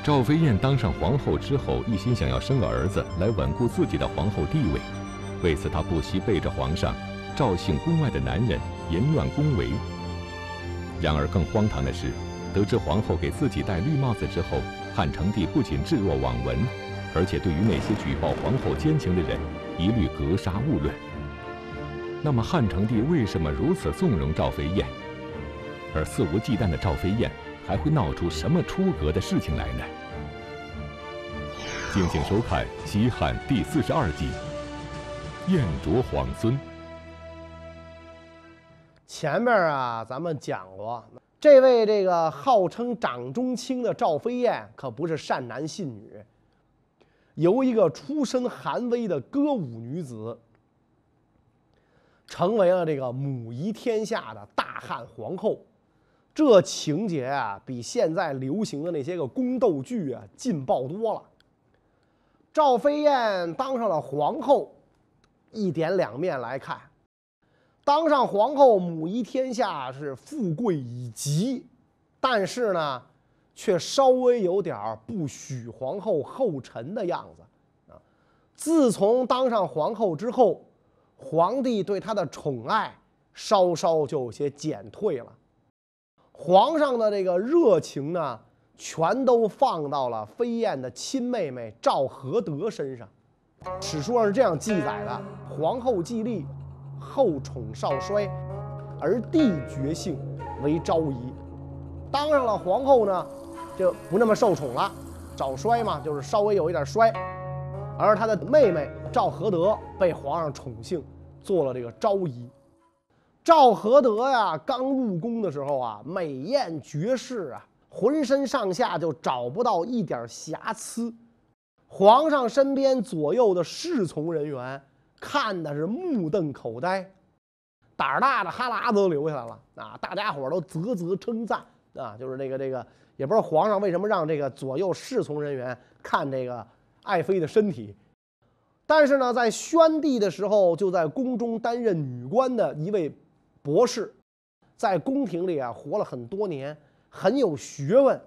赵飞燕当上皇后之后，一心想要生个儿子来稳固自己的皇后地位，为此她不惜背着皇上赵姓宫外的男人淫乱宫闱。然而更荒唐的是，得知皇后给自己戴绿帽子之后，汉成帝不仅置若罔闻，而且对于那些举报皇后奸情的人，一律格杀勿论。那么汉成帝为什么如此纵容赵飞燕？而肆无忌惮的赵飞燕还会闹出什么出格的事情来呢？敬请收看《西汉》第42集《燕啄皇孙》。 前面啊，咱们讲过，这位这个号称掌中卿的赵飞燕可不是善男信女，由一个出身寒微的歌舞女子，成为了这个母仪天下的大汉皇后。这情节啊，比现在流行的那些个宫斗剧啊劲爆多了。赵飞燕当上了皇后，一点两面来看，当上皇后母仪天下是富贵已极，但是呢，却稍微有点不许皇后后尘的样子啊。自从当上皇后之后，皇帝对她的宠爱稍稍就有些减退了。皇上的这个热情呢，全都放到了飞燕的亲妹妹赵合德身上。史书上是这样记载的：皇后既立，后宠少衰，而帝爵姓为昭仪。当上了皇后呢，就不那么受宠了，早衰嘛，就是稍微有一点衰。而她的妹妹赵合德被皇上宠幸，做了这个昭仪。赵合德呀，刚入宫的时候啊，美艳绝世啊，浑身上下就找不到一点瑕疵。皇上身边左右的侍从人员看的是目瞪口呆，胆儿大的哈喇子都流下来了啊！大家伙都啧啧称赞啊，就是这个，也不知道皇上为什么让这个左右侍从人员看这个爱妃的身体。但是呢，在宣帝的时候，就在宫中担任女官的一位博士，在宫廷里啊活了很多年，很有学问，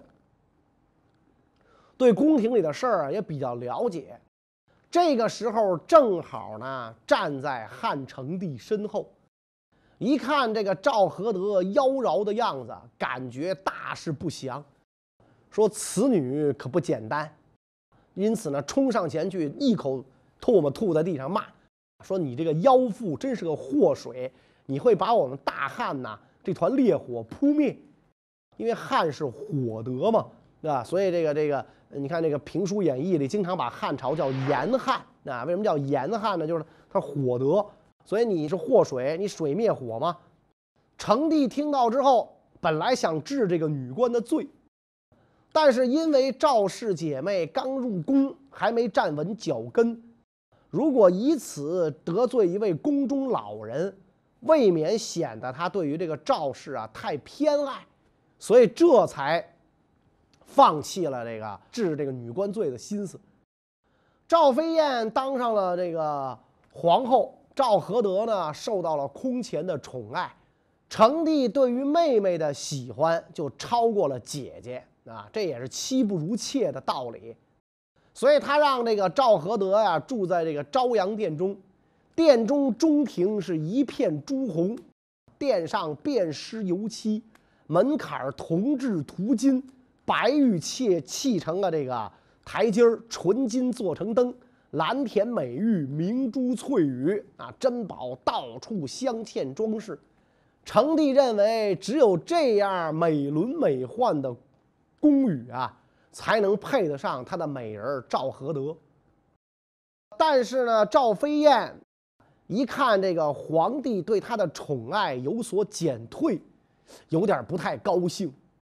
对宫廷里的事儿啊也比较了解。这个时候正好呢站在汉成帝身后，一看这个赵合德妖娆的样子，感觉大事不祥，说此女可不简单，因此呢冲上前去，一口唾沫吐在地上骂，说你这个妖妇真是个祸水，你会把我们大汉呐这团烈火扑灭。因为汉是火德嘛，对吧？所以这个你看这个评书演义里经常把汉朝叫炎汉啊。为什么叫炎汉呢？就是它火德，所以你是祸水，你水灭火嘛。成帝听到之后，本来想治这个女官的罪，但是因为赵氏姐妹刚入宫，还没站稳脚跟，如果以此得罪一位宫中老人，未免显得他对于这个赵氏啊太偏爱，所以这才放弃了这个治这个女官罪的心思。赵飞燕当上了这个皇后，赵合德呢受到了空前的宠爱，成帝对于妹妹的喜欢就超过了姐姐啊，这也是妻不如妾的道理。所以他让这个赵合德呀住在这个昭阳殿中，殿中中庭是一片朱红，殿上遍施油漆，门槛铜制涂金，白玉砌成了这个台阶儿，纯金做成灯，蓝田美玉，明珠翠羽啊，珍宝到处镶嵌装饰。成帝认为只有这样美轮美奂的宫宇啊，才能配得上他的美人赵合德。但是呢，赵飞燕一看这个皇帝对她的宠爱有所减退，有点不太高兴。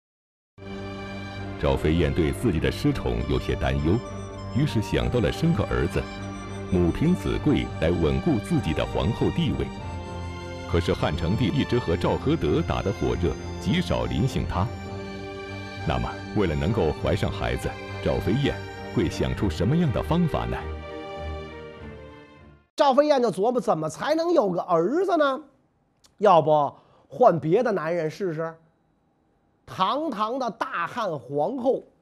赵飞燕对自己的失宠有些担忧，于是想到了生个儿子，母凭子贵来稳固自己的皇后地位。可是汉成帝一直和赵合德打得火热，极少临幸他。那么，为了能够怀上孩子，赵飞燕会想出什么样的方法呢？ 赵飞燕就琢磨怎么才能有个儿子呢？要不换别的男人试试？堂堂的大汉皇后，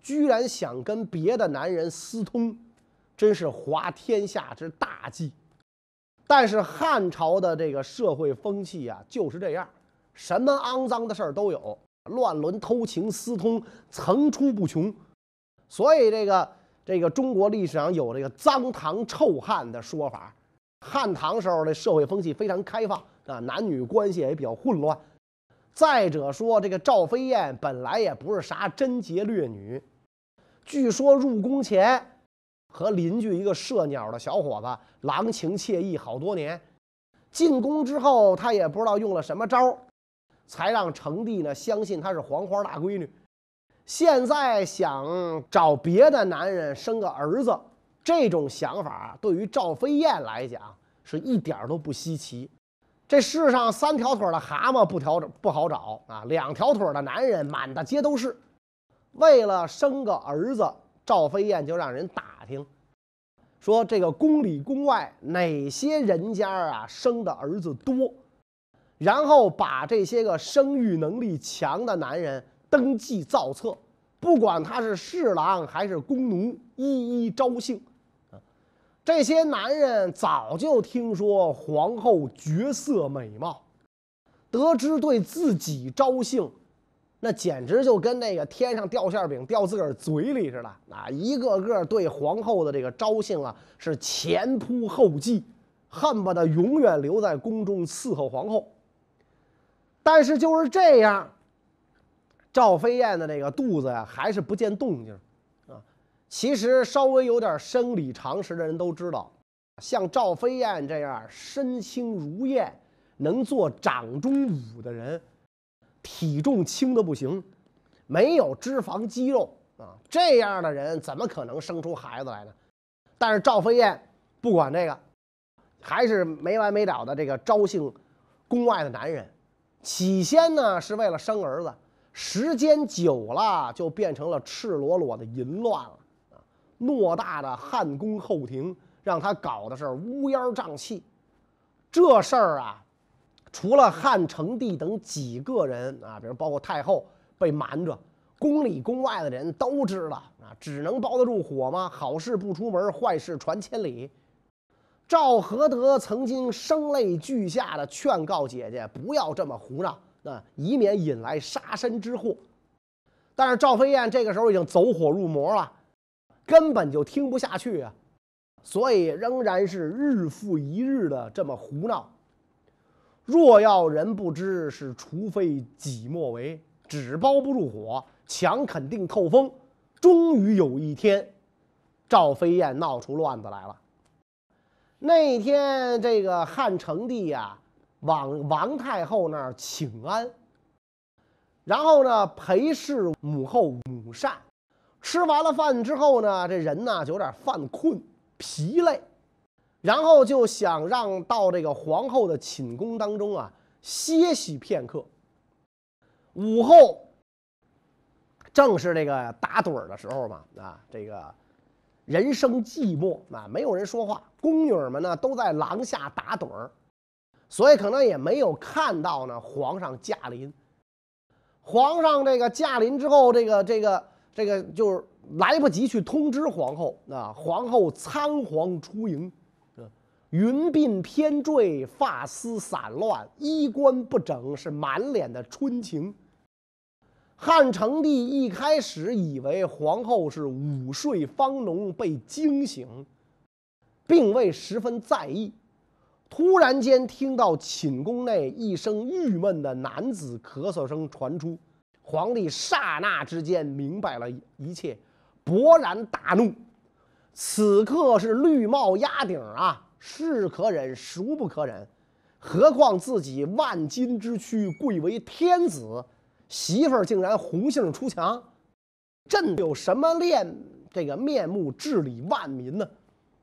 居然想跟别的男人私通，真是滑天下之大稽。但是汉朝的这个社会风气啊，就是这样，什么肮脏的事儿都有，乱伦、偷情、私通层出不穷。所以这个中国历史上有这个脏唐臭汉的说法。汉唐时候的社会风气非常开放啊，男女关系也比较混乱。再者说，这个赵飞燕本来也不是啥贞洁烈女，据说入宫前和邻居一个射鸟的小伙子郎情妾意好多年，进宫之后她也不知道用了什么招，才让成帝呢相信她是黄花大闺女。现在想找别的男人生个儿子，这种想法对于赵飞燕来讲是一点都不稀奇。这世上3条腿的蛤蟆不好找啊，2条腿的男人满大街都是。为了生个儿子，赵飞燕就让人打听，说这个宫里宫外哪些人家啊生的儿子多，然后把这些个生育能力强的男人登记造册，不管他是侍郎还是宫奴，一一招幸。这些男人早就听说皇后绝色美貌，得知对自己招幸，那简直就跟那个天上掉馅饼掉自个儿嘴里似的啊！一个个对皇后的这个招幸啊是前仆后继，恨不得永远留在宫中伺候皇后。但是就是这样，赵飞燕的这个肚子呀还是不见动静。其实稍微有点生理常识的人都知道，像赵飞燕这样身轻如燕、能做掌中舞的人，体重轻的不行，没有脂肪肌肉啊，这样的人怎么可能生出孩子来呢？但是赵飞燕不管这个，还是没完没了的这个招幸宫外的男人。起先呢是为了生儿子，时间久了就变成了赤裸裸的淫乱了。偌大的汉宫后庭，让他搞的是乌烟瘴气。这事儿啊，除了汉成帝等几个人啊，比如包括太后被瞒着，宫里宫外的人都知道啊，只能包得住火吗？好事不出门，坏事传千里。赵合德曾经声泪俱下的劝告姐姐不要这么胡闹，以免引来杀身之祸。但是赵飞燕这个时候已经走火入魔了，根本就听不下去啊，所以仍然是日复一日的这么胡闹。若要人不知，是除非己莫为。纸包不住火，墙肯定透风。终于有一天，赵飞燕闹出乱子来了。那天，这个汉成帝呀，往王太后那儿请安，然后呢，陪侍母后母膳。吃完了饭之后呢，这人呢就有点犯困疲累，然后就想让到这个皇后的寝宫当中啊歇息片刻。午后正是这个打盹儿的时候嘛，这个人生寂寞啊，没有人说话，宫女们呢都在廊下打盹儿，所以可能也没有看到呢皇上驾临。皇上这个驾临之后，这个就是来不及去通知皇后啊！皇后仓皇出迎，云鬓偏坠，发丝散乱，衣冠不整，是满脸的春情。汉成帝一开始以为皇后是午睡方浓被惊醒，并未十分在意。突然间听到寝宫内一声郁闷的男子咳嗽声传出，皇帝刹那之间明白了一切，勃然大怒。此刻是绿帽压顶啊，是可忍孰不可忍？何况自己万金之躯，贵为天子，媳妇儿竟然红杏出墙，朕有什么面目治理万民呢？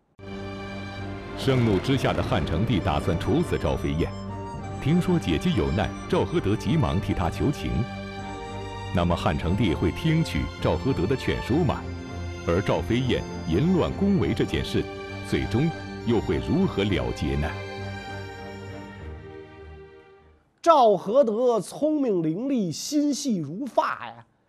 盛怒之下的汉成帝打算处死赵飞燕。听说姐姐有难，赵合德急忙替她求情。那么汉成帝会听取赵合德的劝说吗？而赵飞燕淫乱宫闱这件事，最终又会如何了结呢？ 赵合德聪明伶俐，心细如发呀，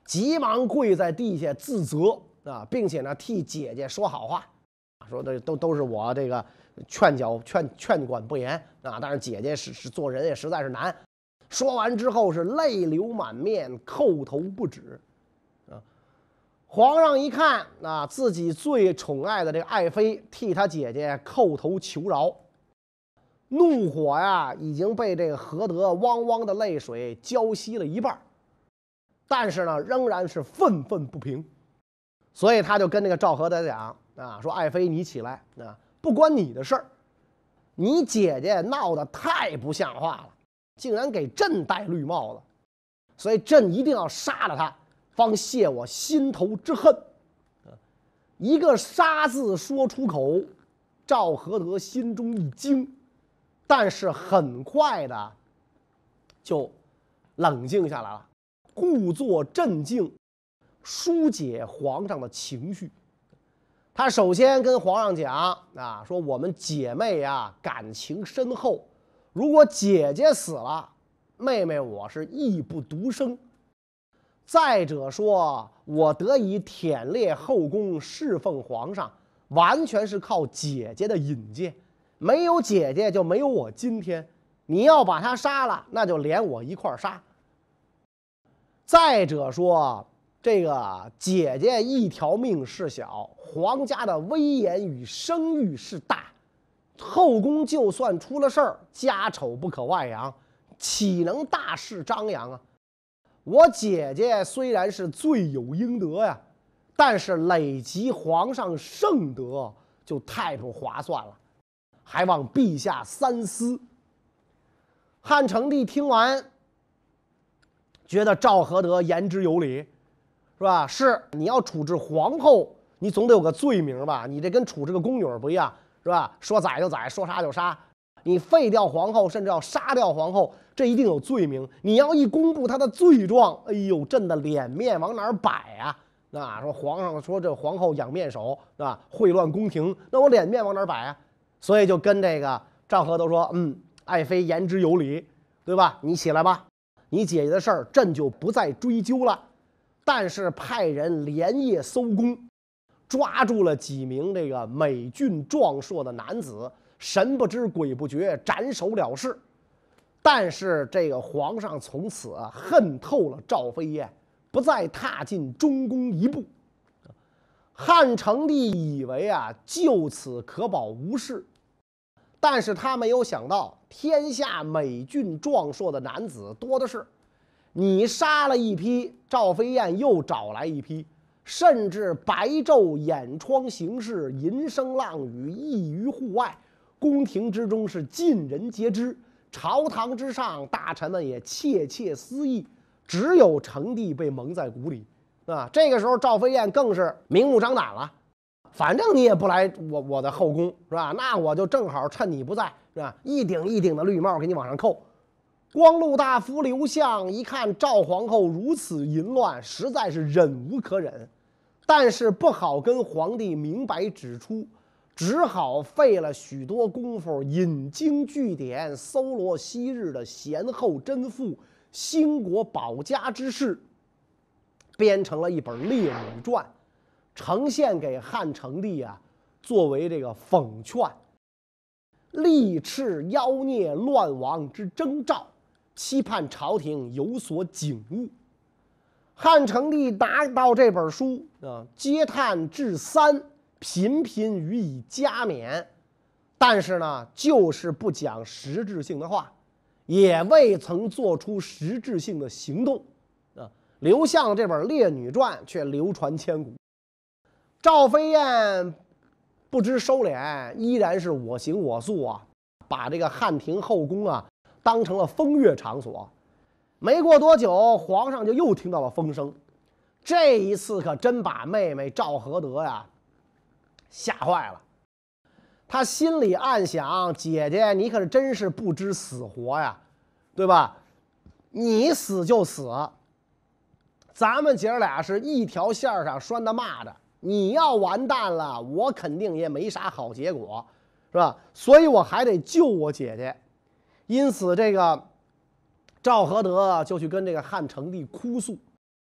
急忙跪在地下自责啊，并且呢替姐姐说好话，说的都是我这个劝管不严啊，但是姐姐是做人也实在是难。说完之后是泪流满面，叩头不止。皇上一看啊，自己最宠爱的这个爱妃替他姐姐叩头求饶，怒火呀已经被这个何德汪汪的泪水浇熄了一半，但是呢仍然是愤愤不平，所以他就跟这个赵合德讲啊，说爱妃你起来啊，不关你的事儿，你姐姐闹得太不像话了，竟然给朕戴绿帽子，所以朕一定要杀了他，方泄我心头之恨。一个杀字说出口，赵合德心中一惊，但是很快的就冷静下来了，故作镇静，疏解皇上的情绪。他首先跟皇上讲啊，说我们姐妹啊感情深厚，如果姐姐死了，妹妹我是义不独生。再者说，我得以忝列后宫侍奉皇上，完全是靠姐姐的引荐，没有姐姐就没有我今天。你要把她杀了，那就连我一块儿杀。再者说，这个姐姐一条命是小，皇家的威严与声誉是大，后宫就算出了事儿，家丑不可外扬，岂能大肆张扬啊？我姐姐虽然是罪有应得呀，但是累及皇上圣德就太不划算了，还望陛下三思。汉成帝听完，觉得赵合德言之有理，是吧？是你要处置皇后，你总得有个罪名吧？你这跟处置个宫女不一样，是吧？说宰就宰，说杀就杀。你废掉皇后，甚至要杀掉皇后，这一定有罪名。你要一公布她的罪状，哎呦，朕的脸面往哪儿摆啊？啊，说皇上说这皇后养面首啊，秽乱宫廷，那我脸面往哪儿摆啊？所以就跟这个赵合德说，爱妃言之有理，对吧？你起来吧，你姐姐的事儿，朕就不再追究了。但是派人连夜搜宫，抓住了几名这个美俊壮硕的男子。神不知鬼不觉，斩首了事。但是这个皇上从此恨透了赵飞燕，不再踏进中宫一步。汉成帝以为就此可保无事，但是他没有想到，天下美俊壮硕的男子多的是，你杀了一批，赵飞燕又找来一批，甚至白昼掩窗行事，淫声浪语，溢于户外。宫廷之中是尽人皆知，朝堂之上大臣们也窃窃私议，只有成帝被蒙在鼓里啊。这个时候赵飞燕更是明目张胆了，反正你也不来我的后宫，是吧？那我就正好趁你不在，是吧？一顶一顶的绿帽给你往上扣。光禄大夫刘向一看赵皇后如此淫乱，实在是忍无可忍，但是不好跟皇帝明白指出，只好费了许多功夫，引经据典，搜罗昔日的贤后贞妇、兴国保家之事，编成了一本《列女传》，呈现给汉成帝作为这个讽劝，力斥妖孽乱亡之征兆，期盼朝廷有所警悟。汉成帝拿到这本书嗟叹至3，频频予以加冕，但是呢，就是不讲实质性的话，也未曾做出实质性的行动刘向这本《列女传》却流传千古。赵飞燕不知收敛，依然是我行我素把这个汉庭后宫当成了风月场所。没过多久，皇上就又听到了风声，这一次可真把妹妹赵合德吓坏了。他心里暗想，姐姐你可是真是不知死活呀，对吧？你死就死，咱们姐俩是一条线上拴的蚂蚱，你要完蛋了，我肯定也没啥好结果，是吧？所以我还得救我姐姐。因此这个赵合德就去跟这个汉成帝哭诉，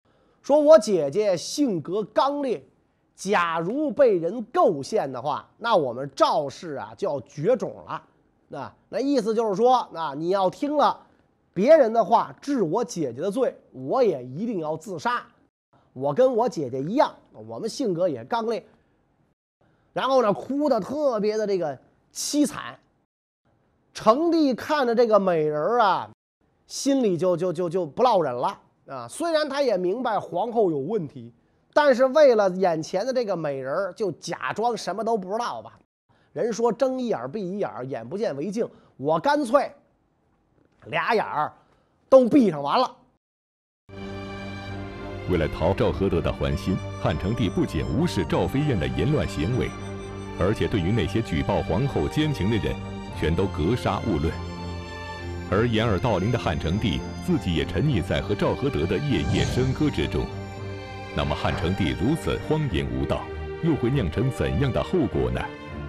说我姐姐性格刚烈，假如被人构陷的话，那我们赵氏啊就要绝种了。那意思就是说，你要听了别人的话，治我姐姐的罪，我也一定要自杀。我跟我姐姐一样，我们性格也刚烈。然后呢，哭得特别的这个凄惨。成帝看着这个美人啊，心里就不落忍了啊。虽然他也明白皇后有问题，但是为了眼前的这个美人，就假装什么都不知道吧。人说睁一眼闭一眼，眼不见为净，我干脆俩眼儿都闭上完了。 为了讨赵合德的欢心，汉成帝不仅无视赵飞燕的淫乱行为，而且对于那些举报皇后奸情的人，全都格杀勿论。而掩耳盗铃的汉成帝自己也沉溺在和赵合德的夜夜笙歌之中。那么汉成帝如此荒淫无道，又会酿成怎样的后果呢？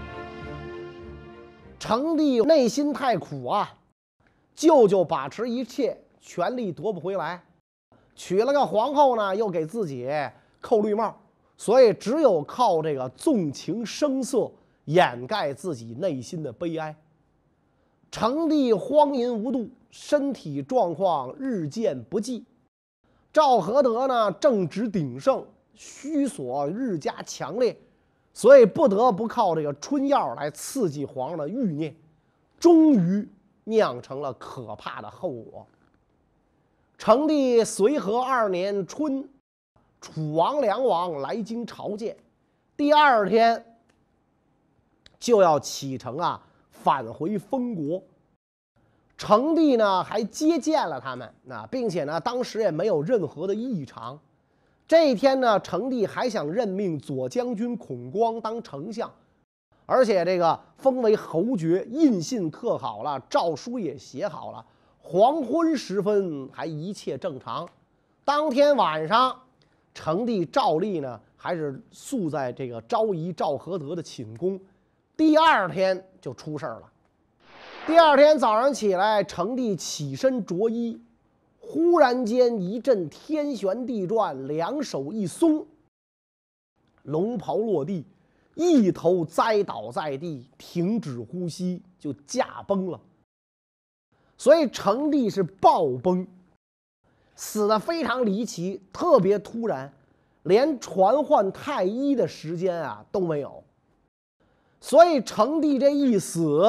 成帝内心太苦啊，舅舅把持一切，权力夺不回来，娶了个皇后呢，又给自己扣绿帽，所以只有靠这个纵情声色掩盖自己内心的悲哀。成帝荒淫无度，身体状况日渐不济。赵合德呢正值鼎盛，虚索日加强烈，所以不得不靠这个春药来刺激皇上的欲念，终于酿成了可怕的后果。成帝随和2年春，楚王、梁王来京朝见，第2天就要启程返回封国。成帝呢还接见了他们，并且呢当时也没有任何的异常。这一天呢，成帝还想任命左将军孔光当丞相，而且这个封为侯爵，印信刻好了，诏书也写好了。黄昏时分还一切正常。当天晚上，成帝照例呢还是宿在这个昭仪赵合德的寝宫。第2天就出事了。第2天早上起来，成帝起身着衣，忽然间一阵天旋地转，两手一松，龙袍落地，一头栽倒在地，停止呼吸，就驾崩了。所以成帝是暴崩，死得非常离奇，特别突然，连传唤太医的时间都没有。所以成帝这一死，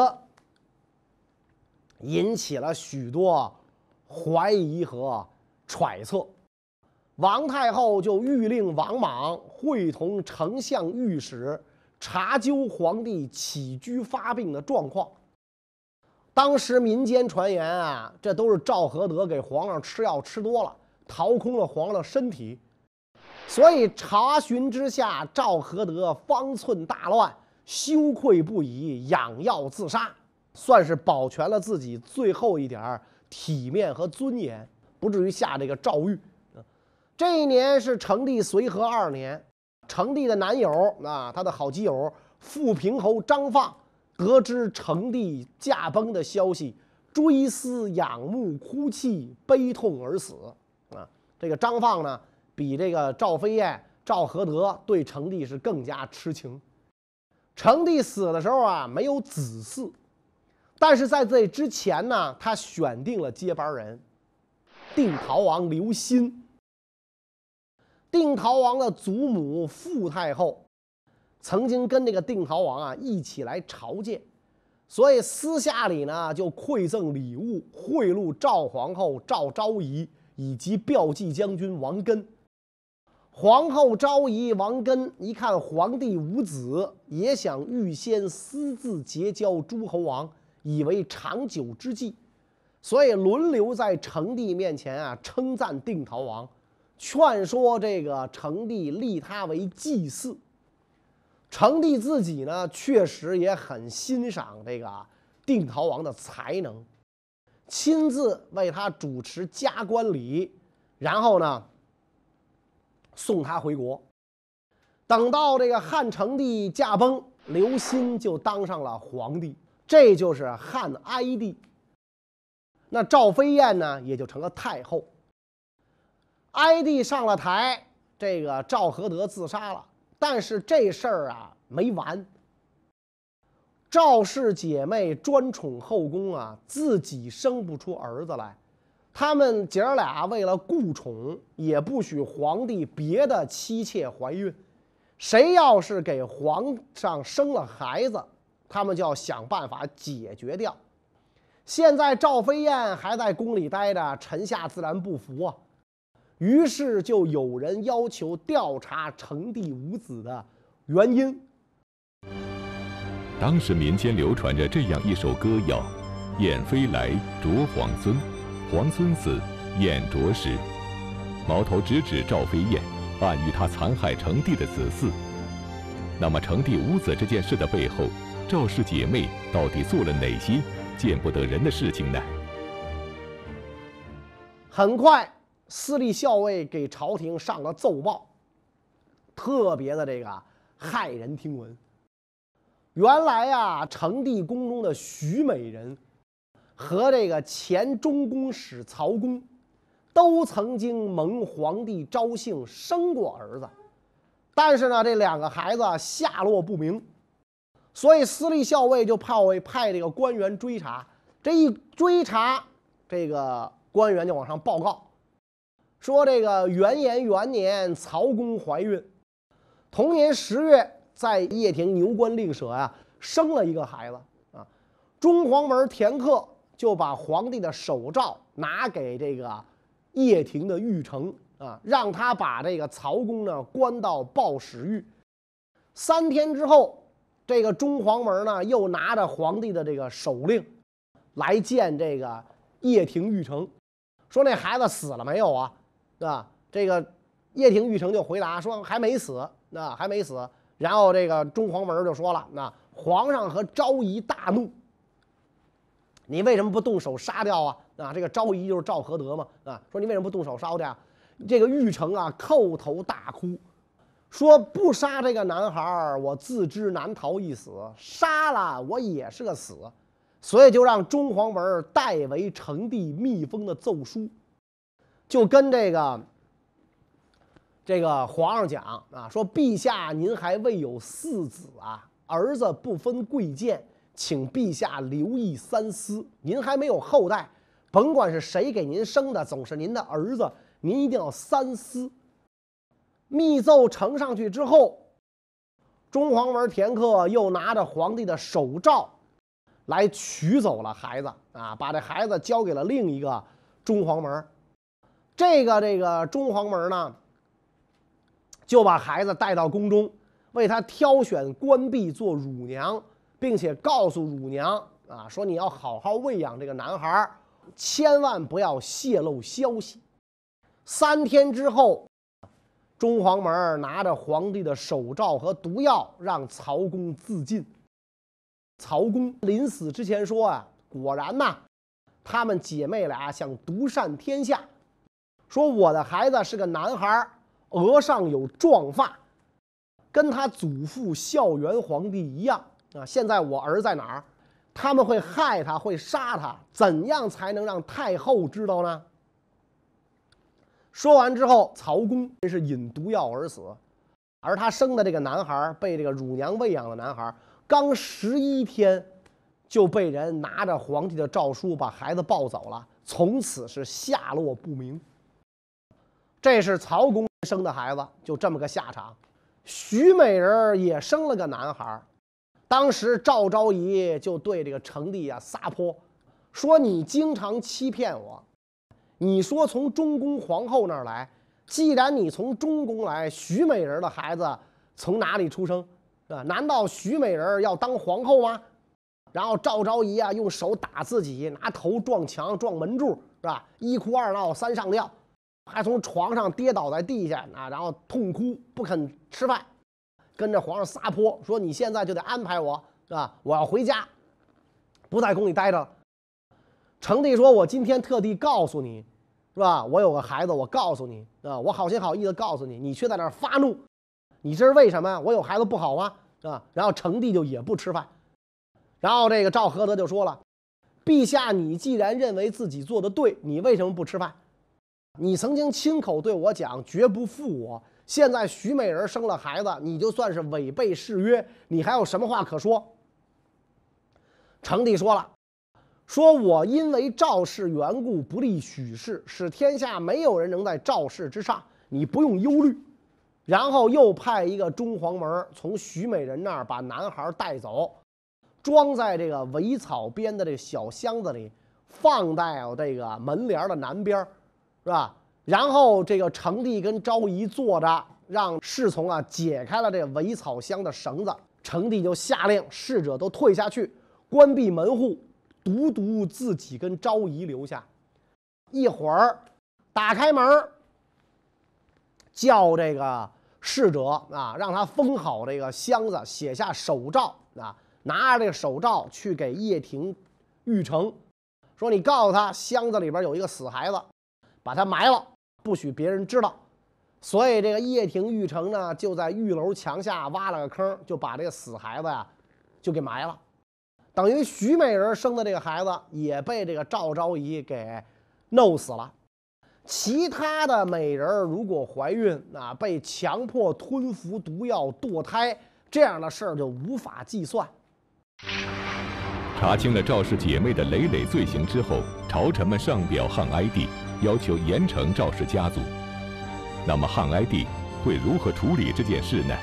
引起了许多怀疑和揣测。王太后就谕令王莽会同丞相御史查究皇帝起居发病的状况。当时民间传言这都是赵合德给皇上吃药吃多了，掏空了皇上的身体。所以查询之下，赵合德方寸大乱，羞愧不已，养药自杀，算是保全了自己最后一点体面和尊严，不至于下这个诏狱。这一年是成帝随和2年，成帝的男友他的好基友富平侯张放得知成帝驾崩的消息，追思仰慕，哭泣悲痛而死。这个张放呢，比这个赵飞燕、赵合德对成帝是更加痴情。成帝死的时候没有子嗣，但是在这之前呢，他选定了接班人，定陶王刘歆。定陶王的祖母傅太后曾经跟这个定陶王一起来朝见，所以私下里呢就馈赠礼物，贿赂赵皇后赵昭仪以及骠骑将军王根。皇后昭仪、王根一看皇帝无子，也想预先私自结交诸侯王，以为长久之计，所以轮流在成帝面前称赞定陶王，劝说这个成帝立他为祭祀。成帝自己呢，确实也很欣赏这个定陶王的才能，亲自为他主持加冠礼，然后呢送他回国。等到这个汉成帝驾崩，刘歆就当上了皇帝，这就是汉哀帝。那赵飞燕呢，也就成了太后。 哀帝上了台，这个赵合德自杀了。但是这事儿啊没完，赵氏姐妹专宠后宫啊，自己生不出儿子来。他们姐儿俩为了顾宠，也不许皇帝别的妻妾怀孕。谁要是给皇上生了孩子，他们就要想办法解决掉。现在赵飞燕还在宫里待着，臣下自然不服啊。于是就有人要求调查成帝无子的原因。 当时民间流传着这样一首歌谣：燕飞来，着皇孙，皇孙死，燕着实。矛头直指赵飞燕，暗喻他残害成帝的子嗣。那么成帝无子这件事的背后，赵氏姐妹到底做了哪些见不得人的事情呢？ 很快，司隶校尉给朝廷上了奏报，特别的这个骇人听闻。原来啊，成帝宫中的许美人和这个前中宫使曹公，都曾经蒙皇帝昭幸生过儿子，但是呢，这两个孩子下落不明，所以司隶校尉就派这个官员追查。这一追查，这个官员就往上报告，说这个元延元年曹公怀孕，同年10月。在掖庭牛官令舍啊，生了一个孩子啊。中黄门田克就把皇帝的手诏拿给这个掖庭的玉成啊，让他把这个曹公呢关到报史狱。3天之后，这个中黄门呢又拿着皇帝的这个手令来见这个掖庭玉成，说那孩子死了没有啊？啊，这个掖庭玉成就回答说还没死，还没死。然后这个中黄门就说了：“那皇上和昭仪大怒，你为什么不动手杀掉啊？啊，这个昭仪就是赵合德嘛，啊，说你为什么不动手烧掉？”这个玉成啊，叩头大哭，说不杀这个男孩，我自知难逃一死；杀了我也是个死，所以就让中黄门代为成帝密封的奏书，就跟这个皇上讲啊，说陛下您还未有4子啊，儿子不分贵贱，请陛下留意三思。您还没有后代，甭管是谁给您生的，总是您的儿子，您一定要三思。密奏呈上去之后，中黄门田克又拿着皇帝的手诏来取走了孩子啊，把这孩子交给了另一个中黄门。这个中黄门呢，就把孩子带到宫中，为他挑选官婢做乳娘，并且告诉乳娘啊，说你要好好喂养这个男孩，千万不要泄露消息。3天之后，中黄门拿着皇帝的手诏和毒药，让曹公自尽。曹公临死之前说啊，果然呐，她们姐妹俩想独善天下，说我的孩子是个男孩，额上有壮发，跟他祖父孝元皇帝一样啊！现在我儿在哪儿？他们会害他，会杀他，怎样才能让太后知道呢？说完之后，曹公是饮毒药而死，而他生的这个男孩，被这个乳娘喂养的男孩，刚11天就被人拿着皇帝的诏书把孩子抱走了，从此是下落不明。这是曹公生的孩子，就这么个下场。许美人也生了个男孩，当时赵昭仪就对这个成帝啊撒泼，说你经常欺骗我，你说从中宫皇后那儿来，既然你从中宫来，许美人的孩子从哪里出生啊？难道许美人要当皇后吗？然后赵昭仪啊用手打自己，拿头撞墙撞门柱，是吧？一哭二闹三上吊，还从床上跌倒在地下啊，然后痛哭不肯吃饭，跟着皇上撒泼，说你现在就得安排我，是吧？我要回家，不在宫里待着。成帝说：“我今天特地告诉你，是吧？我有个孩子，我告诉你啊，我好心好意的告诉你，你却在那儿发怒，你这是为什么呀？我有孩子不好吗？啊？”然后成帝就也不吃饭。然后这个赵合德就说了：“陛下，你既然认为自己做的对，你为什么不吃饭？ 你曾经亲口对我讲绝不负我，现在徐美人生了孩子，你就算是违背誓约，你还有什么话可说？成帝说了，说我因为赵氏缘故不立许氏，使天下没有人能在赵氏之上，你不用忧虑。然后又派一个中黄门从徐美人那儿把男孩带走，装在这个苇草编的这个小箱子里，放在这个门帘的南边，是吧？然后这个成帝跟昭仪坐着，让侍从啊解开了这个苇草箱的绳子。成帝就下令侍者都退下去，关闭门户，独独自己跟昭仪留下。一会儿打开门，叫这个侍者啊，让他封好这个箱子，写下手诏啊，拿着这个手诏去给叶廷玉成，说你告诉他箱子里边有一个死孩子，把他埋了，不许别人知道。所以这个叶廷玉成呢，就在玉楼墙下挖了个坑，就把这个死孩子呀就给埋了。等于徐美人生的这个孩子也被这个赵昭仪给弄死了。其他的美人如果怀孕啊，被强迫吞服毒药堕胎，这样的事儿就无法计算。 查清了赵氏姐妹的累累罪行之后，朝臣们上表汉哀帝，要求严惩赵氏家族。那么汉哀帝会如何处理这件事呢？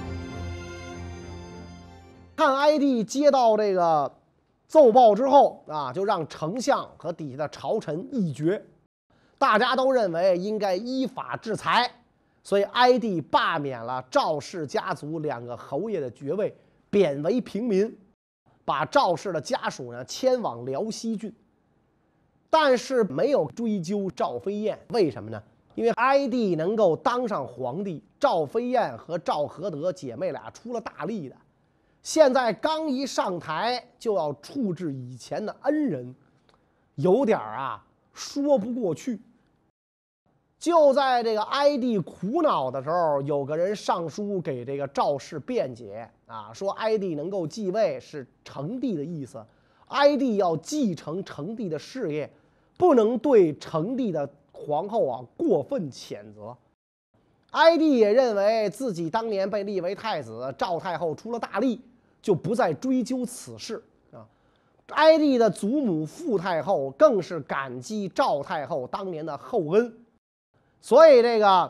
汉哀帝接到这个奏报之后啊，就让丞相和底下的朝臣议决。大家都认为应该依法制裁，所以哀帝罢免了赵氏家族2个侯爷的爵位，贬为平民，把赵氏的家属呢迁往辽西郡。但是没有追究赵飞燕，为什么呢？因为哀帝能够当上皇帝，赵飞燕和赵合德姐妹俩出了大力的，现在刚一上台就要处置以前的恩人，有点说不过去。就在这个哀帝苦恼的时候，有个人上书给这个赵氏辩解啊，说哀帝能够继位是成帝的意思，哀帝要继承成帝的事业，不能对成帝的皇后过分谴责。哀帝也认为自己当年被立为太子，赵太后出了大力，就不再追究此事啊。哀帝的祖母傅太后更是感激赵太后当年的厚恩。所以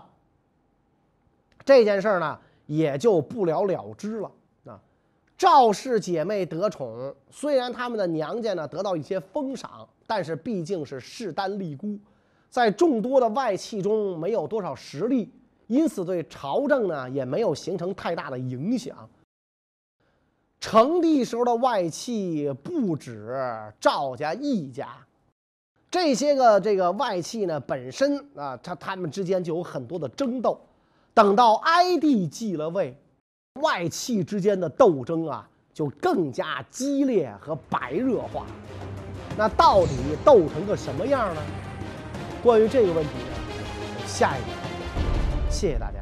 这件事呢，也就不了了之了啊。赵氏姐妹得宠，虽然她们的娘家呢得到一些封赏，但是毕竟是势单力孤，在众多的外戚中没有多少实力，因此对朝政呢也没有形成太大的影响。成帝时候的外戚不止赵家、易家。这些个外戚呢，本身啊，他们之间就有很多的争斗。等到哀帝继了位，外戚之间的斗争就更加激烈和白热化。那到底斗成个什么样呢？关于这个问题呢，下一个，谢谢大家。